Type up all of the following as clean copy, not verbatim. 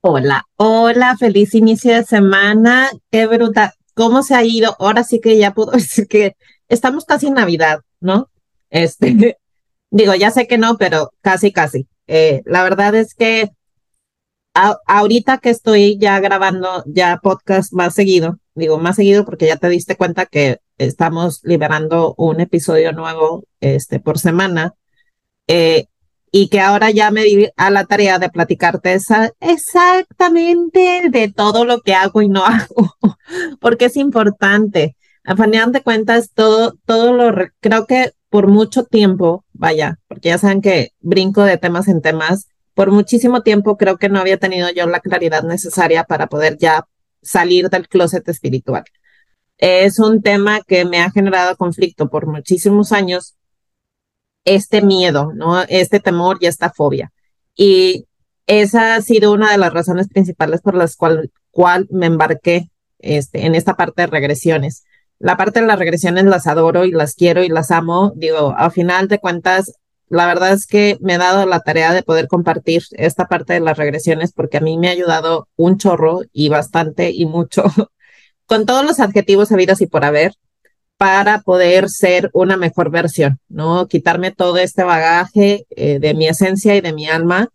Hola, hola, feliz inicio de semana. Qué bruta. ¿Cómo se ha ido? Ahora sí que ya puedo decir que estamos casi en Navidad, ¿no? Digo, ya sé que no, pero casi, casi. La verdad es que ahorita que estoy ya grabando ya podcast más seguido, digo más seguido porque ya te diste cuenta que estamos liberando un episodio nuevo, por semana. eh, y que ahora ya me di a la tarea de platicarte exactamente de todo lo que hago y no hago, porque es importante. A final de cuentas, creo que por mucho tiempo, vaya, porque ya saben que brinco de temas en temas, por muchísimo tiempo creo que no había tenido yo la claridad necesaria para poder ya salir del closet espiritual. Es un tema que me ha generado conflicto por muchísimos años, este miedo, ¿no? Este temor y esta fobia. Y esa ha sido una de las razones principales por las cual me embarqué en esta parte de regresiones. La parte de las regresiones las adoro y las quiero y las amo. Digo, a final de cuentas, la verdad es que me he dado la tarea de poder compartir esta parte de las regresiones porque a mí me ha ayudado un chorro y bastante y mucho con todos los adjetivos habidos y por haber para poder ser una mejor versión, ¿no? Quitarme todo este bagaje de mi esencia y de mi alma,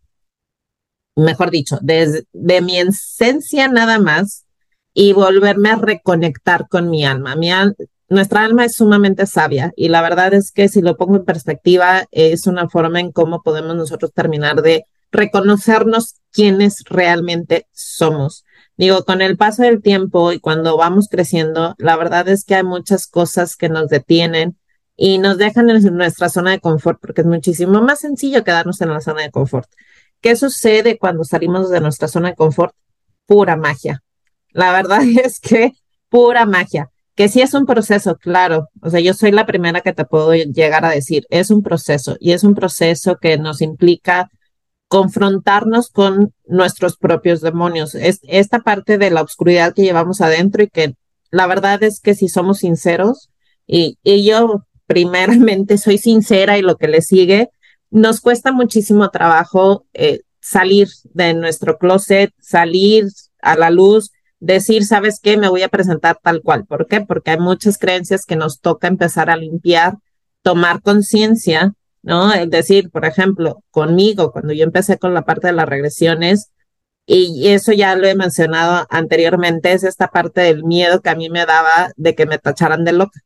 mejor dicho, de mi esencia nada más y volverme a reconectar con mi alma. Nuestra alma es sumamente sabia y la verdad es que si lo pongo en perspectiva es una forma en cómo podemos nosotros terminar de reconocernos quiénes realmente somos. Digo, con el paso del tiempo y cuando vamos creciendo, la verdad es que hay muchas cosas que nos detienen y nos dejan en nuestra zona de confort porque es muchísimo más sencillo quedarnos en la zona de confort. ¿Qué sucede cuando salimos de nuestra zona de confort? Pura magia. La verdad es que pura magia. Que sí es un proceso, claro. O sea, yo soy la primera que te puedo llegar a decir, es un proceso y es un proceso que nos implica confrontarnos con nuestros propios demonios. Es esta parte de la oscuridad que llevamos adentro y que la verdad es que si somos sinceros, y yo primeramente soy sincera y lo que le sigue, nos cuesta muchísimo trabajo salir de nuestro closet, salir a la luz, decir, ¿sabes qué? Me voy a presentar tal cual. ¿Por qué? Porque hay muchas creencias que nos toca empezar a limpiar, tomar conciencia, ¿no? Es decir, por ejemplo, conmigo, cuando yo empecé con la parte de las regresiones, y eso ya lo he mencionado anteriormente, es esta parte del miedo que a mí me daba de que me tacharan de loca.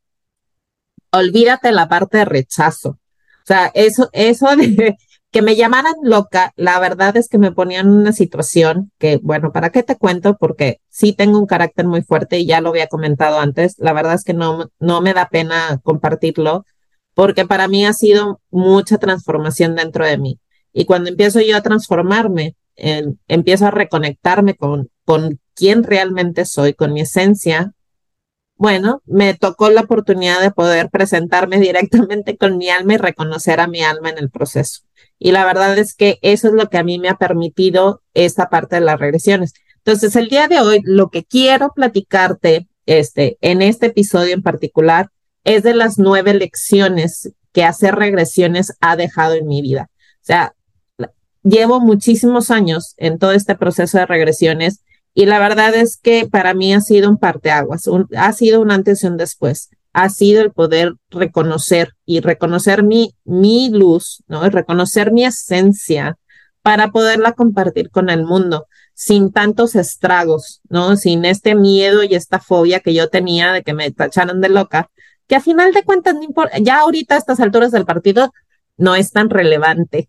Olvídate la parte de rechazo. O sea, eso de que me llamaran loca, la verdad es que me ponían en una situación que, bueno, ¿para qué te cuento? Porque sí tengo un carácter muy fuerte y ya lo había comentado antes. La verdad es que no me da pena compartirlo porque para mí ha sido mucha transformación dentro de mí. Y cuando empiezo yo a transformarme, empiezo a reconectarme con quién realmente soy, con mi esencia. Bueno, me tocó la oportunidad de poder presentarme directamente con mi alma y reconocer a mi alma en el proceso. Y la verdad es que eso es lo que a mí me ha permitido esta parte de las regresiones. Entonces, el día de hoy, lo que quiero platicarte, en este episodio en particular, es de las 9 lecciones que hacer regresiones ha dejado en mi vida. O sea, llevo muchísimos años en todo este proceso de regresiones y la verdad es que para mí ha sido un parteaguas, ha sido un antes y un después. Ha sido el poder reconocer y reconocer mi luz, ¿no? Y reconocer mi esencia para poderla compartir con el mundo sin tantos estragos, ¿no? Sin este miedo y esta fobia que yo tenía de que me tacharan de loca, que a final de cuentas no importa, ya ahorita a estas alturas del partido no es tan relevante.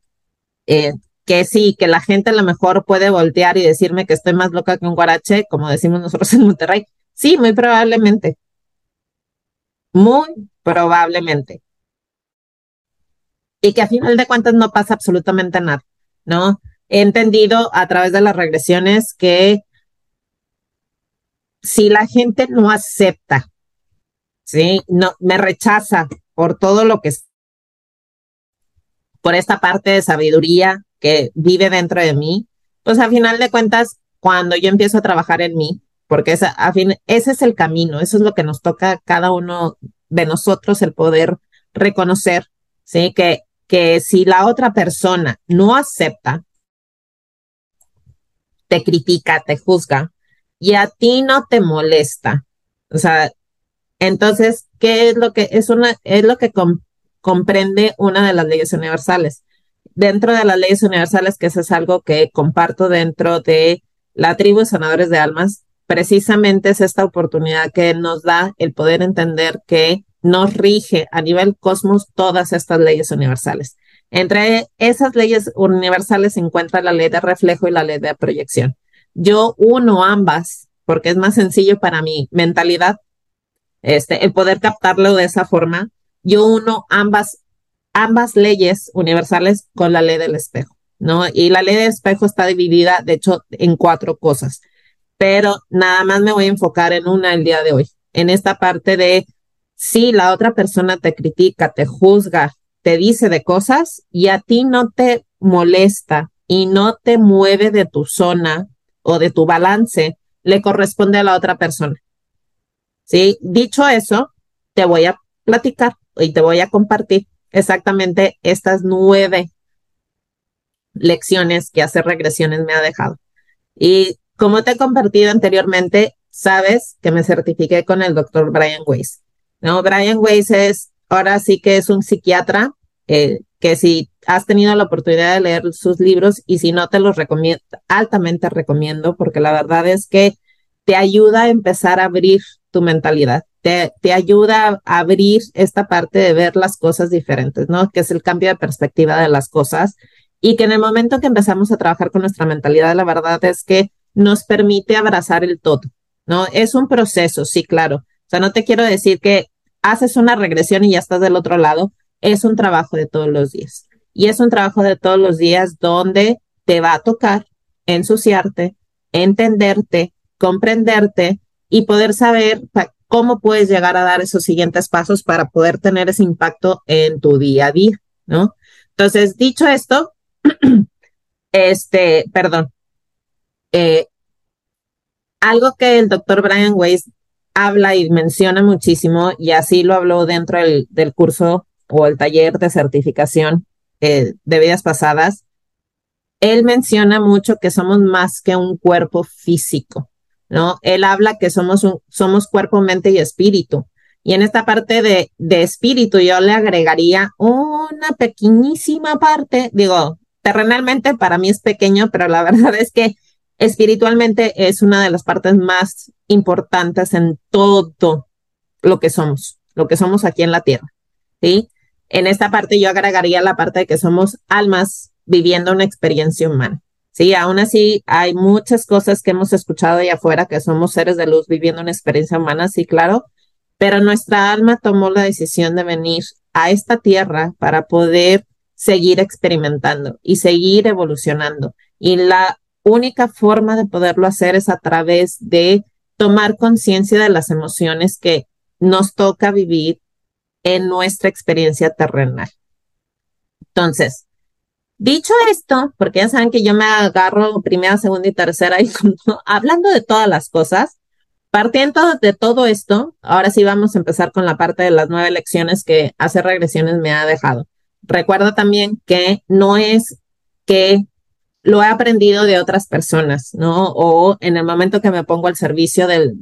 eh, que sí, que la gente a lo mejor puede voltear y decirme que estoy más loca que un guarache, como decimos nosotros en Monterrey. Sí, muy probablemente. Y que a final de cuentas no pasa absolutamente nada, ¿no? He entendido a través de las regresiones que si la gente no acepta, ¿sí? No, me rechaza por todo lo que es, por esta parte de sabiduría que vive dentro de mí, pues a final de cuentas, cuando yo empiezo a trabajar en mí, porque ese es el camino, eso es lo que nos toca a cada uno de nosotros, el poder reconocer, ¿sí? Que si la otra persona no acepta te critica, te juzga y a ti no te molesta. O sea, entonces, ¿qué es lo que es lo que comprende una de las leyes universales? Dentro de las leyes universales, que eso es algo que comparto dentro de la tribu de sanadores de almas, precisamente es esta oportunidad que nos da el poder entender que nos rige a nivel cosmos todas estas leyes universales. Entre esas leyes universales se encuentra la ley de reflejo y la ley de proyección. Yo uno ambas porque es más sencillo para mi mentalidad el poder captarlo de esa forma. Yo uno ambas leyes universales con la ley del espejo, ¿no? Y la ley del espejo está dividida, de hecho, en cuatro cosas, pero nada más me voy a enfocar en una el día de hoy, en esta parte de si la otra persona te critica, te juzga, te dice de cosas y a ti no te molesta y no te mueve de tu zona o de tu balance, le corresponde a la otra persona. ¿Sí? Dicho eso, te voy a platicar y te voy a compartir exactamente estas 9 lecciones que hacer regresiones me ha dejado. Y como te he compartido anteriormente, sabes que me certifiqué con el doctor Brian Weiss. ¿No? Brian Weiss ahora sí que es un psiquiatra que si has tenido la oportunidad de leer sus libros y si no te los recomiendo, altamente recomiendo, porque la verdad es que te ayuda a empezar a abrir tu mentalidad, te ayuda a abrir esta parte de ver las cosas diferentes, ¿no? Que es el cambio de perspectiva de las cosas y que en el momento que empezamos a trabajar con nuestra mentalidad, la verdad es que nos permite abrazar el todo, ¿no? Es un proceso, sí, claro. O sea, no te quiero decir que haces una regresión y ya estás del otro lado, es un trabajo de todos los días. Y es un trabajo de todos los días donde te va a tocar ensuciarte, entenderte, comprenderte y poder saber cómo puedes llegar a dar esos siguientes pasos para poder tener ese impacto en tu día a día, ¿no? Entonces, dicho esto, perdón, eh, algo que el doctor Brian Weiss habla y menciona muchísimo, y así lo habló dentro del curso o el taller de certificación de vidas pasadas, él menciona mucho que somos más que un cuerpo físico, ¿no? Él habla que somos cuerpo, mente y espíritu. Y en esta parte de espíritu yo le agregaría una pequeñísima parte, digo, terrenalmente para mí es pequeño, pero la verdad es que espiritualmente es una de las partes más importantes en todo lo que somos aquí en la tierra, ¿sí? En esta parte yo agregaría la parte de que somos almas viviendo una experiencia humana. Sí, aún así hay muchas cosas que hemos escuchado allá afuera, que somos seres de luz viviendo una experiencia humana, sí, claro, pero nuestra alma tomó la decisión de venir a esta tierra para poder seguir experimentando y seguir evolucionando. Y la única forma de poderlo hacer es a través de tomar conciencia de las emociones que nos toca vivir en nuestra experiencia terrenal. Entonces, dicho esto, porque ya saben que yo me agarro primera, segunda y tercera y hablando de todas las cosas, partiendo de todo esto, ahora sí vamos a empezar con la parte de las 9 lecciones que hacer regresiones me ha dejado. Recuerda también que no es que lo he aprendido de otras personas, ¿no? O en el momento que me pongo al servicio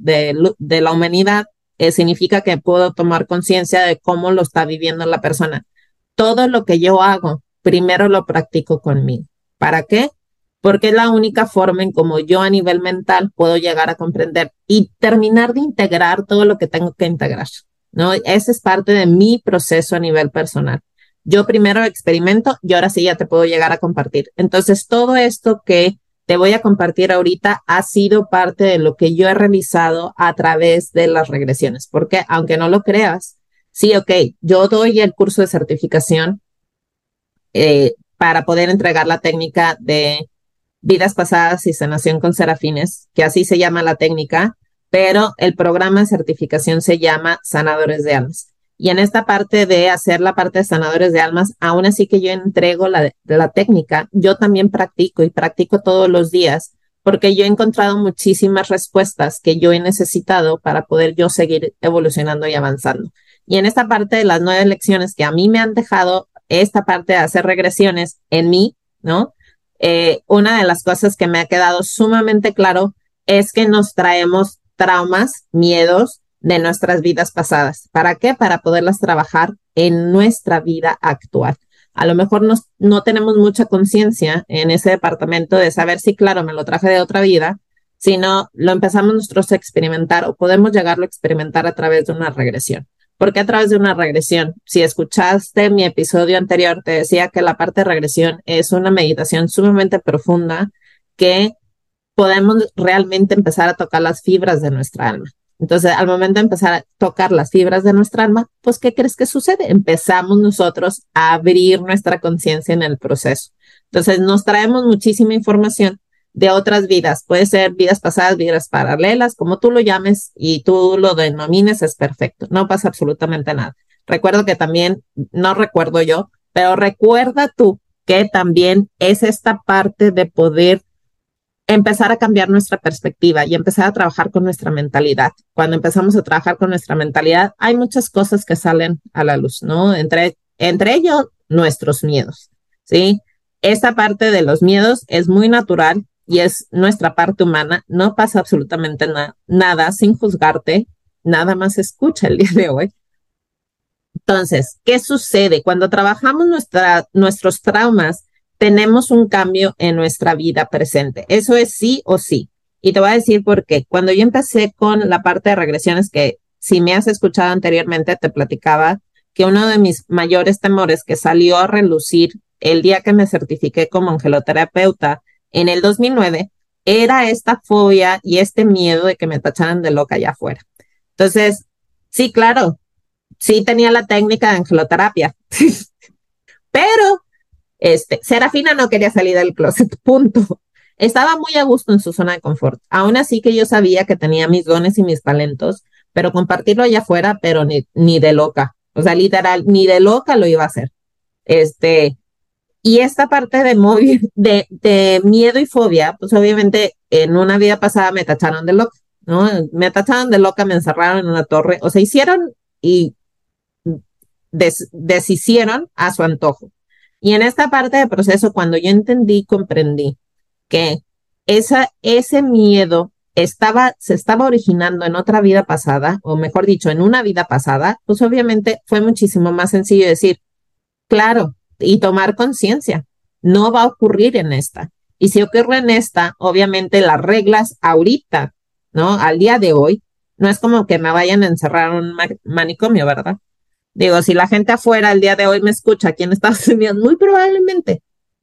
de la humanidad, significa que puedo tomar conciencia de cómo lo está viviendo la persona. Todo lo que yo hago, primero lo practico conmigo. ¿Para qué? Porque es la única forma en cómo yo a nivel mental puedo llegar a comprender y terminar de integrar todo lo que tengo que integrar, ¿no? Ese es parte de mi proceso a nivel personal. Yo primero experimento y ahora sí ya te puedo llegar a compartir. Entonces, todo esto que te voy a compartir ahorita ha sido parte de lo que yo he realizado a través de las regresiones, porque aunque no lo creas, sí, ok, yo doy el curso de certificación para poder entregar la técnica de vidas pasadas y sanación con serafines, que así se llama la técnica, pero el programa de certificación se llama Sanadores de Almas. Y en esta parte de hacer la parte de sanadores de almas, aún así que yo entrego la técnica, yo también practico y practico todos los días, porque yo he encontrado muchísimas respuestas que yo he necesitado para poder yo seguir evolucionando y avanzando. Y en esta parte de las 9 lecciones que a mí me han dejado esta parte de hacer regresiones en mí, ¿no? una de las cosas que me ha quedado sumamente claro es que nos traemos traumas, miedos de nuestras vidas pasadas. ¿Para qué? Para poderlas trabajar en nuestra vida actual. A lo mejor no tenemos mucha conciencia en ese departamento de saber si, claro, me lo traje de otra vida, sino lo empezamos nosotros a experimentar o podemos llegarlo a experimentar a través de una regresión. ¿Por qué a través de una regresión? Si escuchaste mi episodio anterior, te decía que la parte de regresión es una meditación sumamente profunda que podemos realmente empezar a tocar las fibras de nuestra alma. Entonces, al momento de empezar a tocar las fibras de nuestra alma, pues, ¿qué crees que sucede? Empezamos nosotros a abrir nuestra conciencia en el proceso. Entonces, nos traemos muchísima información de otras vidas. Puede ser vidas pasadas, vidas paralelas, como tú lo llames y tú lo denomines, es perfecto. No pasa absolutamente nada. Recuerdo que también, no recuerdo yo, pero recuerda tú que también es esta parte de poder empezar a cambiar nuestra perspectiva y empezar a trabajar con nuestra mentalidad. Cuando empezamos a trabajar con nuestra mentalidad, hay muchas cosas que salen a la luz, ¿no? Entre ellos, nuestros miedos, ¿sí? Esta parte de los miedos es muy natural y es nuestra parte humana. No pasa absolutamente nada sin juzgarte. Nada más escucha el día de hoy. Entonces, ¿qué sucede? Cuando trabajamos nuestros traumas, tenemos un cambio en nuestra vida presente. Eso es sí o sí. Y te voy a decir por qué. Cuando yo empecé con la parte de regresiones, que si me has escuchado anteriormente, te platicaba que uno de mis mayores temores que salió a relucir el día que me certifiqué como angeloterapeuta en el 2009 era esta fobia y este miedo de que me tacharan de loca allá afuera. Entonces, sí, claro, sí tenía la técnica de angeloterapia, pero Serafina no quería salir del closet, punto. Estaba muy a gusto en su zona de confort. Aún así que yo sabía que tenía mis dones y mis talentos, pero compartirlo allá afuera, pero ni de loca. O sea, literal, ni de loca lo iba a hacer. Este, y esta parte de miedo y fobia, pues obviamente en una vida pasada me tacharon de loca, ¿no? Me tacharon de loca, me encerraron en una torre, o sea, hicieron y deshicieron a su antojo. Y en esta parte del proceso, cuando yo entendí, comprendí que ese miedo se estaba originando en otra vida pasada, o mejor dicho, en una vida pasada, pues obviamente fue muchísimo más sencillo decir, claro, y tomar conciencia, no va a ocurrir en esta. Y si ocurre en esta, obviamente las reglas ahorita, ¿no? Al día de hoy, no es como que me vayan a encerrar en un manicomio, ¿verdad? Digo, si la gente afuera el día de hoy me escucha aquí en Estados Unidos, muy probablemente,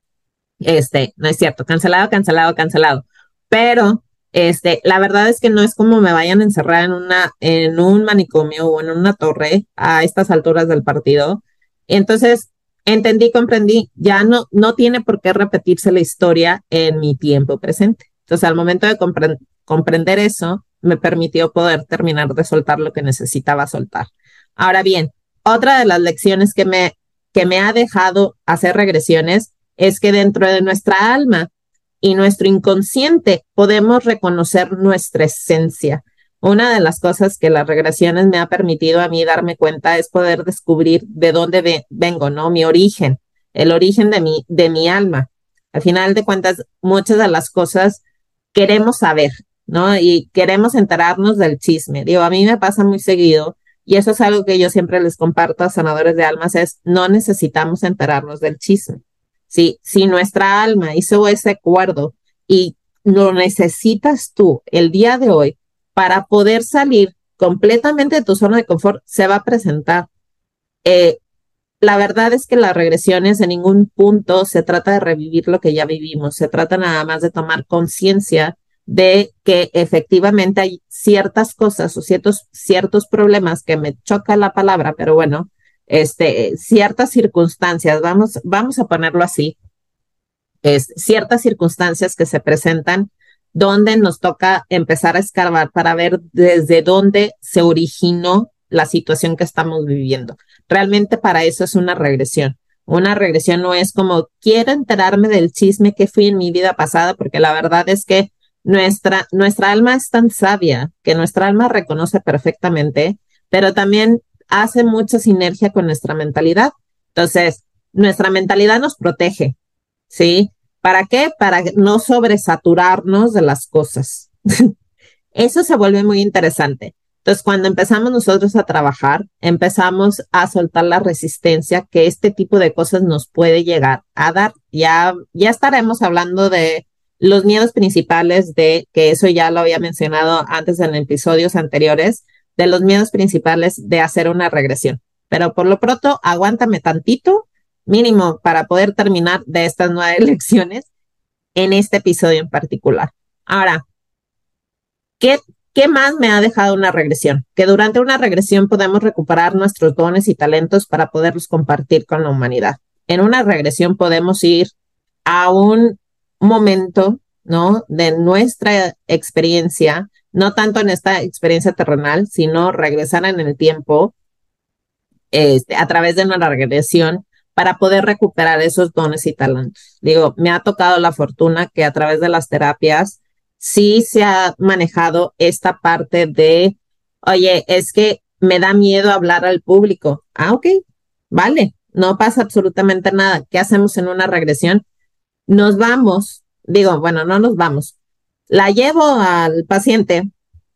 no es cierto, cancelado, cancelado, cancelado. Pero, la verdad es que no es como me vayan a encerrar en un manicomio o en una torre a estas alturas del partido. Entonces, entendí, comprendí, ya no tiene por qué repetirse la historia en mi tiempo presente. Entonces, al momento de comprender eso, me permitió poder terminar de soltar lo que necesitaba soltar. Ahora bien, otra de las lecciones que me ha dejado hacer regresiones es que dentro de nuestra alma y nuestro inconsciente podemos reconocer nuestra esencia. Una de las cosas que las regresiones me ha permitido a mí darme cuenta es poder descubrir de dónde vengo, ¿no? Mi origen, el origen de mi alma. Al final de cuentas, muchas de las cosas queremos saber, ¿no? Y queremos enterarnos del chisme. Digo, a mí me pasa muy seguido y eso es algo que yo siempre les comparto a sanadores de almas, es no necesitamos enterarnos del chisme. Si nuestra alma hizo ese acuerdo y lo necesitas tú el día de hoy para poder salir completamente de tu zona de confort, se va a presentar. La verdad es que las regresiones en ningún punto se trata de revivir lo que ya vivimos, se trata nada más de tomar conciencia de que efectivamente hay ciertas cosas o ciertos problemas que me choca la palabra, pero bueno, ciertas circunstancias, vamos a ponerlo así, ciertas circunstancias que se presentan donde nos toca empezar a escarbar para ver desde dónde se originó la situación que estamos viviendo. Realmente para eso es una regresión. Una regresión no es como quiero enterarme del chisme que fui en mi vida pasada, porque la verdad es que nuestra alma es tan sabia que nuestra alma reconoce perfectamente, pero también hace mucha sinergia con nuestra mentalidad. Entonces, nuestra mentalidad nos protege, ¿sí? ¿Para qué? Para no sobresaturarnos de las cosas. Eso se vuelve muy interesante. Entonces, cuando empezamos nosotros a trabajar, empezamos a soltar la resistencia que este tipo de cosas nos puede llegar a dar. Ya estaremos hablando de los miedos principales de, que eso ya lo había mencionado antes en episodios anteriores, de los miedos principales de hacer una regresión. Pero por lo pronto, aguántame tantito, mínimo, para poder terminar de estas 9 lecciones en este episodio en particular. Ahora, ¿qué, ¿qué más me ha dejado una regresión? Que durante una regresión podemos recuperar nuestros dones y talentos para poderlos compartir con la humanidad. En una regresión podemos ir a un momento, ¿no? De nuestra experiencia, no tanto en esta experiencia terrenal, sino regresar en el tiempo a través de una regresión para poder recuperar esos dones y talentos. Digo, me ha tocado la fortuna que a través de las terapias sí se ha manejado esta parte de, oye, es que me da miedo hablar al público. Ah, ok, vale, no pasa absolutamente nada. ¿Qué hacemos en una regresión? Nos vamos, digo, bueno, no nos vamos. La llevo al paciente,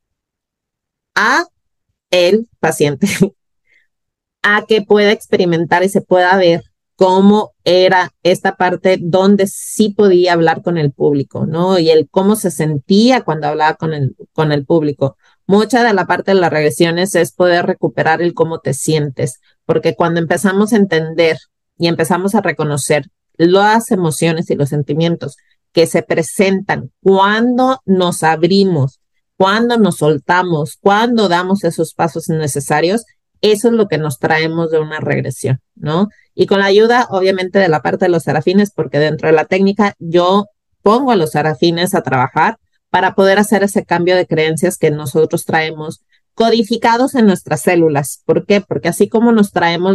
a el paciente, a que pueda experimentar y se pueda ver cómo era esta parte donde sí podía hablar con el público, ¿no? Y el cómo se sentía cuando hablaba con el público. Mucha de la parte de las regresiones es poder recuperar el cómo te sientes, porque cuando empezamos a entender y empezamos a reconocer las emociones y los sentimientos que se presentan cuando nos abrimos, cuando nos soltamos, cuando damos esos pasos necesarios, eso es lo que nos traemos de una regresión, ¿no? Y con la ayuda, obviamente, de la parte de los serafines, porque dentro de la técnica yo pongo a los serafines a trabajar para poder hacer ese cambio de creencias que nosotros traemos codificados en nuestras células. ¿Por qué? Porque así como nos traemos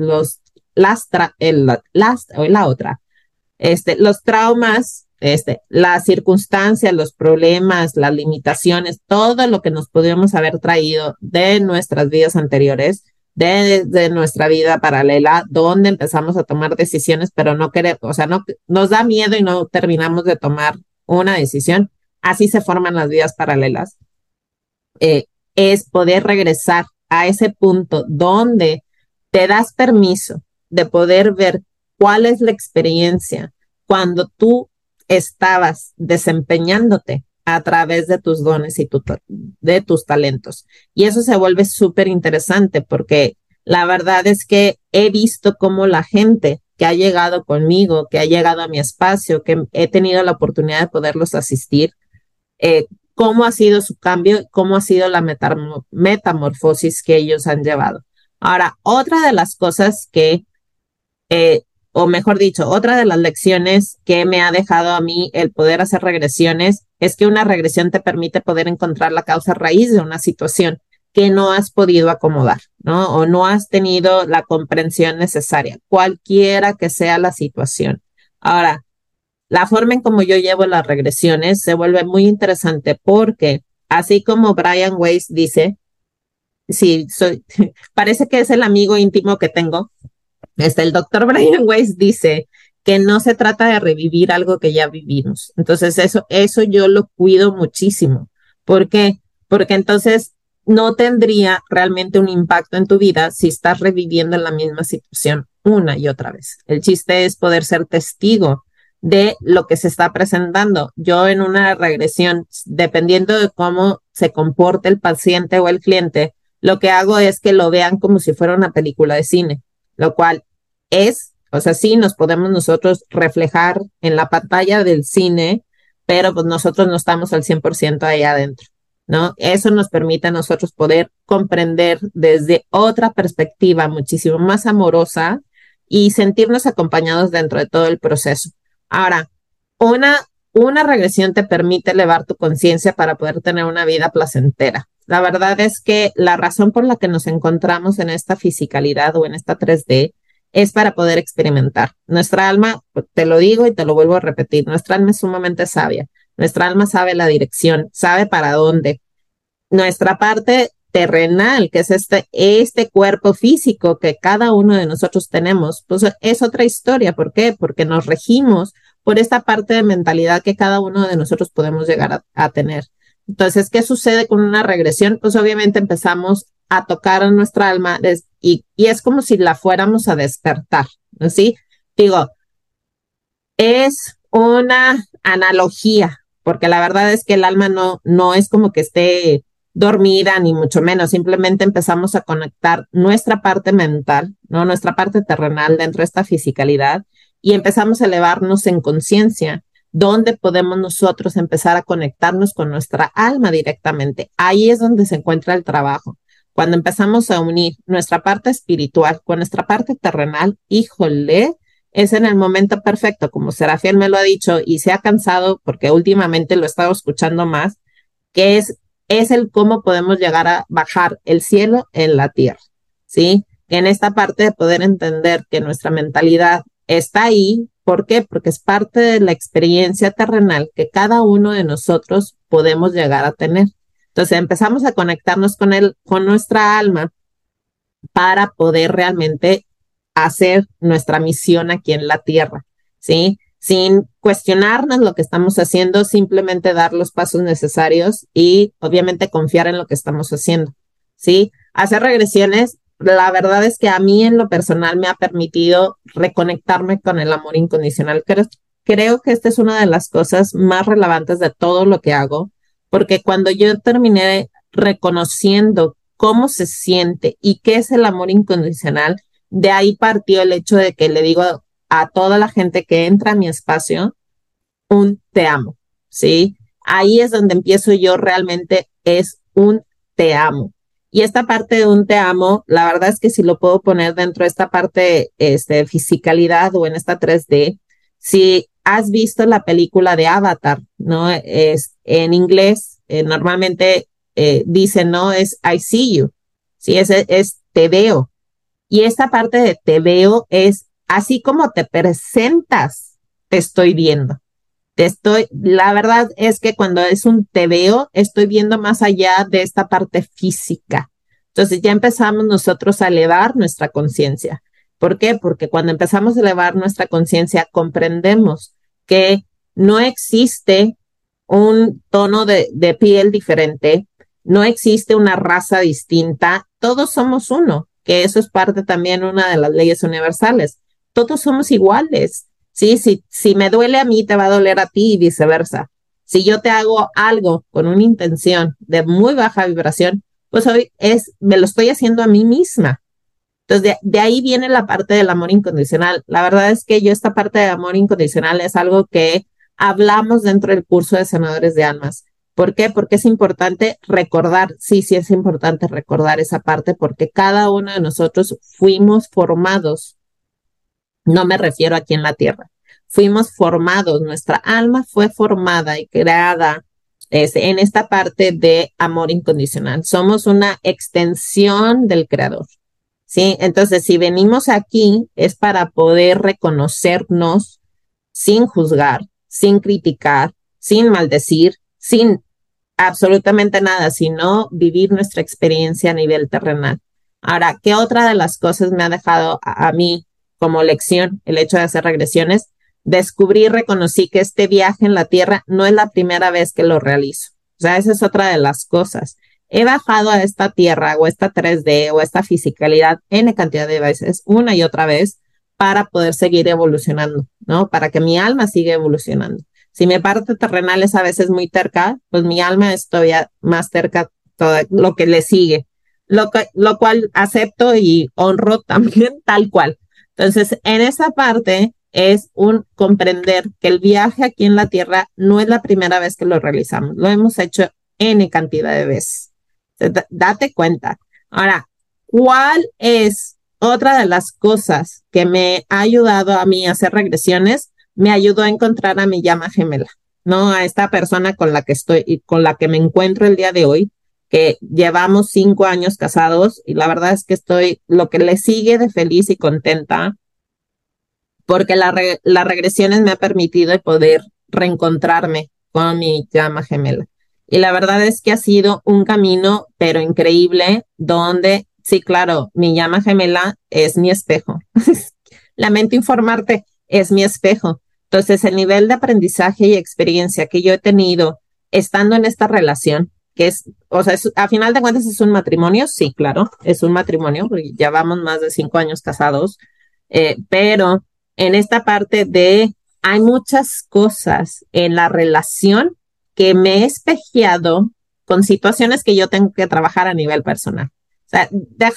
los traumas, las circunstancias, los problemas, las limitaciones, todo lo que nos podríamos haber traído de nuestras vidas anteriores, de nuestra vida paralela, donde empezamos a tomar decisiones, pero no queremos, o sea, no nos da miedo y no terminamos de tomar una decisión. Así se forman las vidas paralelas. Es poder regresar a ese punto donde te das permiso de poder ver cuál es la experiencia cuando tú estabas desempeñándote a través de tus dones y de tus talentos. Y eso se vuelve súper interesante porque la verdad es que he visto cómo la gente que ha llegado conmigo, que ha llegado a mi espacio, que he tenido la oportunidad de poderlos asistir, cómo ha sido su cambio, cómo ha sido la metamorfosis que ellos han llevado. Ahora, otra de las cosas que o mejor dicho, otra de las lecciones que me ha dejado a mí el poder hacer regresiones es que una regresión te permite poder encontrar la causa raíz de una situación que no has podido acomodar, ¿no? O no has tenido la comprensión necesaria, cualquiera que sea la situación. Ahora, la forma en como yo llevo las regresiones se vuelve muy interesante porque, así como Brian Weiss dice, sí, parece que es el amigo íntimo que tengo. El doctor Brian Weiss dice que no se trata de revivir algo que ya vivimos. Entonces, eso yo lo cuido muchísimo. ¿Por qué? Porque entonces no tendría realmente un impacto en tu vida si estás reviviendo la misma situación una y otra vez. El chiste es poder ser testigo de lo que se está presentando. Yo en una regresión, dependiendo de cómo se comporte el paciente o el cliente, lo que hago es que lo vean como si fuera una película de cine, lo cual o sea, sí nos podemos nosotros reflejar en la pantalla del cine, pero pues nosotros no estamos al 100% ahí adentro, ¿no? Eso nos permite a nosotros poder comprender desde otra perspectiva muchísimo más amorosa y sentirnos acompañados dentro de todo el proceso. Ahora, una regresión te permite elevar tu conciencia para poder tener una vida placentera. La verdad es que la razón por la que nos encontramos en esta fisicalidad o en esta 3D es para poder experimentar. Nuestra alma, te lo digo y te lo vuelvo a repetir, nuestra alma es sumamente sabia. Nuestra alma sabe la dirección, sabe para dónde. Nuestra parte terrenal, que es este cuerpo físico que cada uno de nosotros tenemos, pues es otra historia. ¿Por qué? Porque nos regimos por esta parte de mentalidad que cada uno de nosotros podemos llegar a tener. Entonces, ¿qué sucede con una regresión? Pues obviamente empezamos a tocar a nuestra alma y es como si la fuéramos a despertar, ¿sí? Digo, es una analogía, porque la verdad es que el alma no es como que esté dormida, ni mucho menos, simplemente empezamos a conectar nuestra parte mental, ¿no? Nuestra parte terrenal dentro de esta fisicalidad y empezamos a elevarnos en conciencia, donde podemos nosotros empezar a conectarnos con nuestra alma directamente. Ahí es donde se encuentra el trabajo. Cuando empezamos a unir nuestra parte espiritual con nuestra parte terrenal, híjole, es en el momento perfecto, como Serafiel me lo ha dicho y se ha cansado porque últimamente lo he estado escuchando más, que es el cómo podemos llegar a bajar el cielo en la tierra, ¿sí? En esta parte de poder entender que nuestra mentalidad está ahí, ¿por qué? Porque es parte de la experiencia terrenal que cada uno de nosotros podemos llegar a tener. Entonces empezamos a conectarnos con nuestra alma para poder realmente hacer nuestra misión aquí en la tierra, ¿sí? Sin cuestionarnos lo que estamos haciendo, simplemente dar los pasos necesarios y obviamente confiar en lo que estamos haciendo, ¿sí? Hacer regresiones, la verdad es que a mí en lo personal me ha permitido reconectarme con el amor incondicional. Creo que esta es una de las cosas más relevantes de todo lo que hago, porque cuando yo terminé reconociendo cómo se siente y qué es el amor incondicional, de ahí partió el hecho de que le digo a toda la gente que entra a mi espacio, un te amo, ¿sí? Ahí es donde empiezo yo realmente, es un te amo. Y esta parte de un te amo, la verdad es que si lo puedo poner dentro de esta parte fisicalidad o en esta 3D, si has visto la película de Avatar, ¿no? Es en inglés, normalmente dicen, ¿no? Es I see you, ¿sí? Es te veo. Y esta parte de te veo es así como te presentas, te estoy viendo. La verdad es que cuando es un te veo, estoy viendo más allá de esta parte física. Entonces ya empezamos nosotros a elevar nuestra conciencia. ¿Por qué? Porque cuando empezamos a elevar nuestra conciencia, comprendemos que no existe un tono de piel diferente, no existe una raza distinta, todos somos uno, que eso es parte también una de las leyes universales. Todos somos iguales. Sí, si me duele a mí, te va a doler a ti y viceversa. Si yo te hago algo con una intención de muy baja vibración, pues hoy me lo estoy haciendo a mí misma. Entonces, de ahí viene la parte del amor incondicional. La verdad es que yo esta parte de amor incondicional es algo que hablamos dentro del curso de Sanadores de Almas. ¿Por qué? Porque es importante recordar, sí es importante recordar esa parte porque cada uno de nosotros fuimos formados. No me refiero aquí en la tierra. Fuimos formados, nuestra alma fue formada y creada en esta parte de amor incondicional. Somos una extensión del creador. ¿Sí? Entonces, si venimos aquí es para poder reconocernos sin juzgar, sin criticar, sin maldecir, sin absolutamente nada, sino vivir nuestra experiencia a nivel terrenal. Ahora, ¿qué otra de las cosas me ha dejado a mí como lección el hecho de hacer regresiones? Descubrí, reconocí que este viaje en la Tierra no es la primera vez que lo realizo. O sea, esa es otra de las cosas. He bajado a esta Tierra o esta 3D o esta fisicalidad N cantidad de veces, una y otra vez, para poder seguir evolucionando, ¿no? Para que mi alma siga evolucionando. Si mi parte terrenal es a veces muy terca, pues mi alma es todavía más terca, todo lo que le sigue, lo cual acepto y honro también tal cual. Entonces, en esa parte es un comprender que el viaje aquí en la Tierra no es la primera vez que lo realizamos, lo hemos hecho N cantidad de veces. Date cuenta. Ahora, ¿cuál es otra de las cosas que me ha ayudado a mí a hacer regresiones? Me ayudó a encontrar a mi llama gemela, ¿no? A esta persona con la que estoy y con la que me encuentro el día de hoy, que llevamos 5 años casados y la verdad es que estoy lo que le sigue de feliz y contenta porque las regresiones me ha permitido poder reencontrarme con mi llama gemela. Y la verdad es que ha sido un camino, pero increíble, donde, sí, claro, mi llama gemela es mi espejo. Lamento informarte, es mi espejo. Entonces, el nivel de aprendizaje y experiencia que yo he tenido estando en esta relación, que es, o sea, a final de cuentas es un matrimonio, sí, claro, es un matrimonio, porque ya vamos más de 5 años casados, pero en esta parte de, hay muchas cosas en la relación que me he espejeado con situaciones que yo tengo que trabajar a nivel personal. O sea,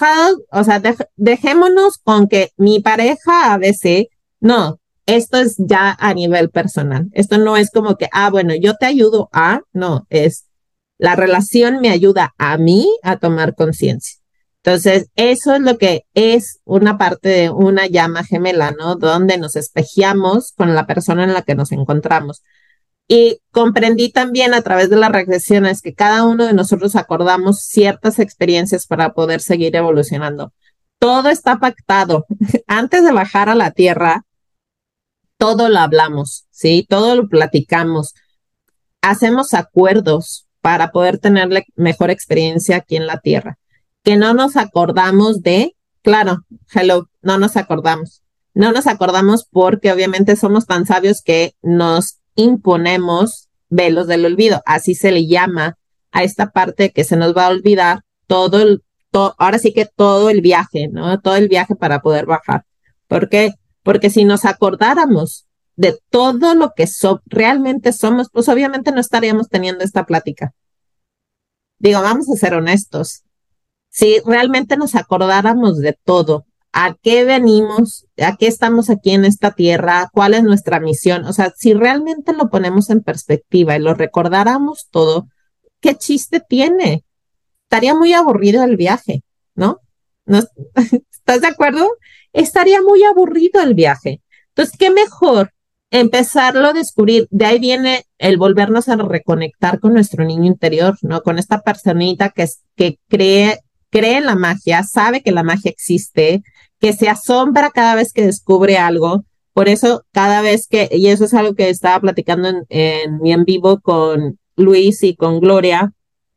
dejémonos con que mi pareja a veces, no, esto es ya a nivel personal. Esto no es como que, bueno, yo te ayudo no, es la relación me ayuda a mí a tomar conciencia. Entonces, eso es lo que es una parte de una llama gemela, ¿no? Donde nos espejeamos con la persona en la que nos encontramos. Y comprendí también a través de las regresiones que cada uno de nosotros acordamos ciertas experiencias para poder seguir evolucionando. Todo está pactado. Antes de bajar a la tierra, todo lo hablamos, ¿sí? Todo lo platicamos. Hacemos acuerdos para poder tener la mejor experiencia aquí en la tierra. Que no nos acordamos de, claro, no nos acordamos. No nos acordamos porque obviamente somos tan sabios que nos imponemos velos del olvido. Así se le llama a esta parte que se nos va a olvidar ahora sí que todo el viaje, ¿no? Todo el viaje para poder bajar. ¿Por qué? Porque si nos acordáramos de todo lo que realmente somos, pues obviamente no estaríamos teniendo esta plática. Digo, vamos a ser honestos. Si realmente nos acordáramos de todo, a qué venimos, a qué estamos aquí en esta tierra, cuál es nuestra misión, o sea, si realmente lo ponemos en perspectiva y lo recordáramos todo, ¿qué chiste tiene? Estaría muy aburrido el viaje, ¿no? ¿No? ¿Estás de acuerdo? Estaría muy aburrido el viaje. Entonces, ¿qué mejor empezarlo a descubrir? De ahí viene el volvernos a reconectar con nuestro niño interior, ¿no? Con esta personita que cree en la magia, sabe que la magia existe, que se asombra cada vez que descubre algo. Por eso, cada vez y eso es algo que estaba platicando en mi en vivo con Luis y con Gloria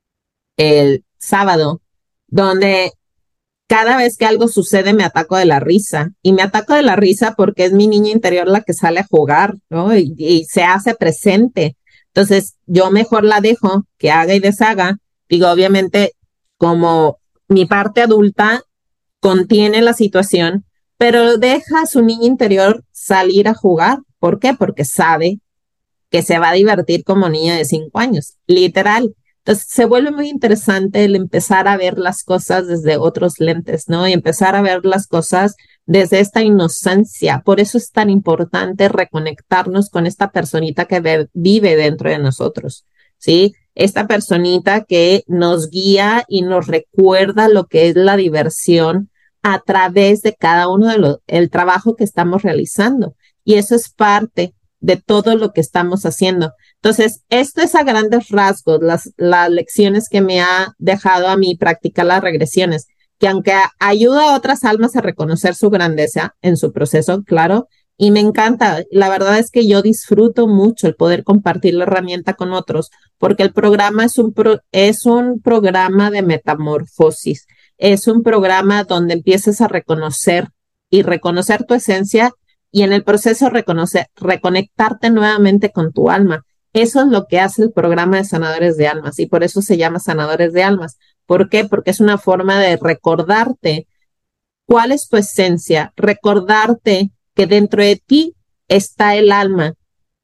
el sábado, donde cada vez que algo sucede me ataco de la risa. Y me ataco de la risa porque es mi niña interior la que sale a jugar, ¿no? Y se hace presente. Entonces, yo mejor la dejo que haga y deshaga. Digo, obviamente, como mi parte adulta contiene la situación, pero deja a su niña interior salir a jugar. ¿Por qué? Porque sabe que se va a divertir como niña de 5 años, literal. Entonces se vuelve muy interesante el empezar a ver las cosas desde otros lentes, ¿no? Y empezar a ver las cosas desde esta inocencia. Por eso es tan importante reconectarnos con esta personita que vive dentro de nosotros, ¿sí? Esta personita que nos guía y nos recuerda lo que es la diversión a través de cada uno el trabajo que estamos realizando. Y eso es parte de todo lo que estamos haciendo. Entonces, esto es a grandes rasgos, las lecciones que me ha dejado a mí practicar las regresiones, que aunque ayuda a otras almas a reconocer su grandeza en su proceso, claro, y me encanta, la verdad es que yo disfruto mucho el poder compartir la herramienta con otros, porque el programa es un programa de metamorfosis, es un programa donde empiezas a reconocer y reconocer tu esencia y en el proceso reconectarte nuevamente con tu alma. Eso es lo que hace el programa de Sanadores de Almas y por eso se llama Sanadores de Almas. ¿Por qué? Porque es una forma de recordarte cuál es tu esencia, recordarte que dentro de ti está el alma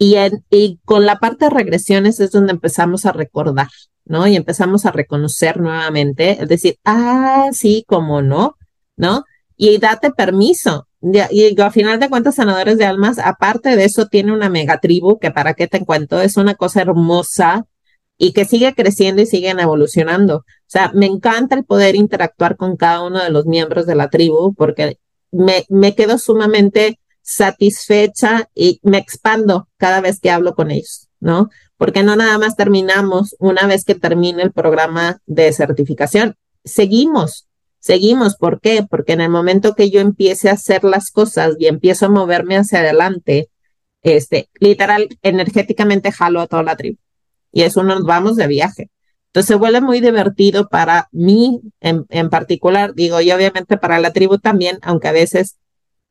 y con la parte de regresiones es donde empezamos a recordar, ¿no? Y empezamos a reconocer nuevamente, es decir, sí, cómo no, ¿no? Y date permiso. Y a final de cuentas, Sanadores de Almas, aparte de eso, tiene una mega tribu que para qué te cuento, es una cosa hermosa y que sigue creciendo y siguen evolucionando. O sea, me encanta el poder interactuar con cada uno de los miembros de la tribu porque me quedo sumamente satisfecha y me expando cada vez que hablo con ellos, ¿no? Porque no nada más terminamos una vez que termine el programa de certificación, seguimos. ¿Por qué? Porque en el momento que yo empiece a hacer las cosas y empiezo a moverme hacia adelante, literal, energéticamente jalo a toda la tribu. Y eso nos vamos de viaje. Entonces se vuelve muy divertido para mí en particular, digo, y obviamente para la tribu también, aunque a veces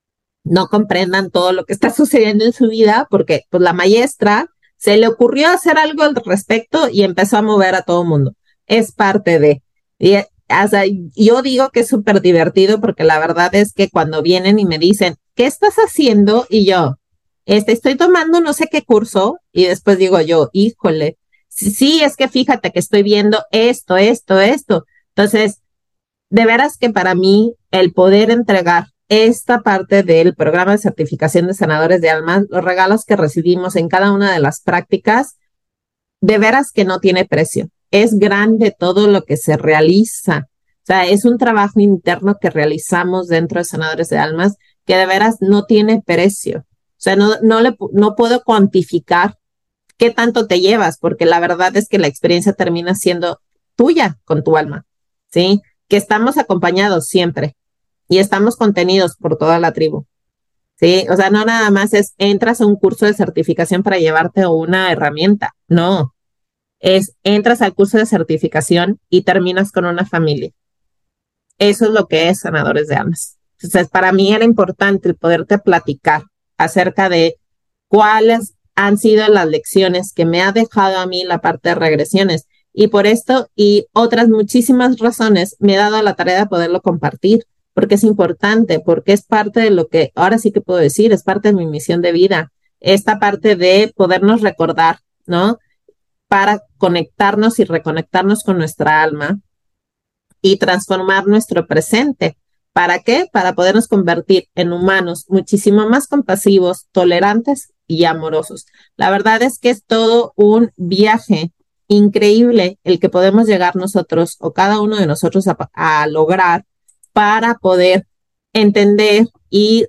no comprendan todo lo que está sucediendo en su vida, porque pues la maestra se le ocurrió hacer algo al respecto y empezó a mover a todo el mundo. Es parte de. Y, o sea, yo digo que es súper divertido porque la verdad es que cuando vienen y me dicen, ¿qué estás haciendo? Y yo, estoy tomando no sé qué curso y después digo yo, híjole, sí, sí, es que fíjate que estoy viendo esto. Entonces, de veras que para mí el poder entregar esta parte del programa de certificación de sanadores de almas, los regalos que recibimos en cada una de las prácticas, de veras que no tiene precio. Es grande todo lo que se realiza. O sea, es un trabajo interno que realizamos dentro de sanadores de almas que de veras no tiene precio. O sea, no puedo cuantificar qué tanto te llevas, porque la verdad es que la experiencia termina siendo tuya con tu alma, ¿sí? Que estamos acompañados siempre y estamos contenidos por toda la tribu, ¿sí? O sea, no nada más es entras a un curso de certificación para llevarte una herramienta, no, es entras al curso de certificación y terminas con una familia. Eso es lo que es sanadores de almas. Entonces, para mí era importante el poderte platicar acerca de cuáles han sido las lecciones que me ha dejado a mí la parte de regresiones. Y por esto y otras muchísimas razones me he dado la tarea de poderlo compartir, porque es importante, porque es parte de lo que ahora sí que puedo decir, es parte de mi misión de vida, esta parte de podernos recordar, ¿no? Para conectarnos y reconectarnos con nuestra alma y transformar nuestro presente. ¿Para qué? Para podernos convertir en humanos muchísimo más compasivos, tolerantes y amorosos. La verdad es que es todo un viaje increíble el que podemos llegar nosotros o cada uno de nosotros a lograr para poder entender y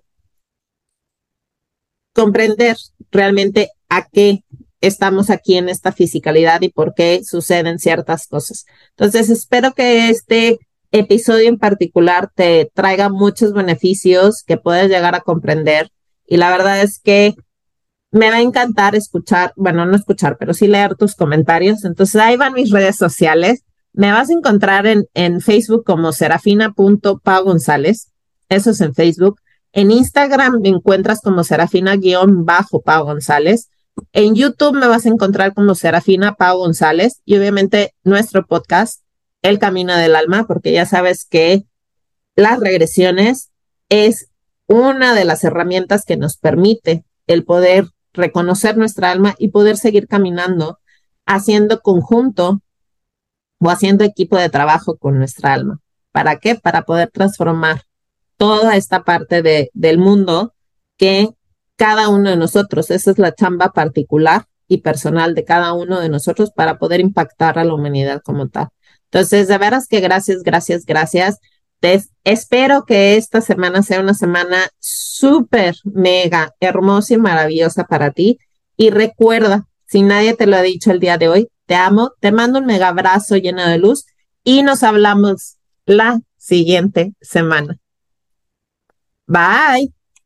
comprender realmente a qué estamos aquí en esta fisicalidad y por qué suceden ciertas cosas. Entonces, espero que este episodio en particular te traiga muchos beneficios que puedas llegar a comprender. Y la verdad es que me va a encantar escuchar, bueno, no escuchar, pero sí leer tus comentarios. Entonces, ahí van mis redes sociales. Me vas a encontrar en Facebook como serafina.pau.gonzález. Eso es en Facebook. En Instagram me encuentras como serafina-pau González. En YouTube me vas a encontrar como Serafina Pau González y obviamente nuestro podcast, El Camino del Alma, porque ya sabes que las regresiones es una de las herramientas que nos permite el poder reconocer nuestra alma y poder seguir caminando haciendo conjunto o haciendo equipo de trabajo con nuestra alma. ¿Para qué? Para poder transformar toda esta parte del mundo que cada uno de nosotros, esa es la chamba particular y personal de cada uno de nosotros para poder impactar a la humanidad como tal. Entonces, de veras que gracias. Espero que esta semana sea una semana súper, mega, hermosa y maravillosa para ti. Y recuerda, si nadie te lo ha dicho el día de hoy, te amo, te mando un mega abrazo lleno de luz y nos hablamos la siguiente semana. Bye.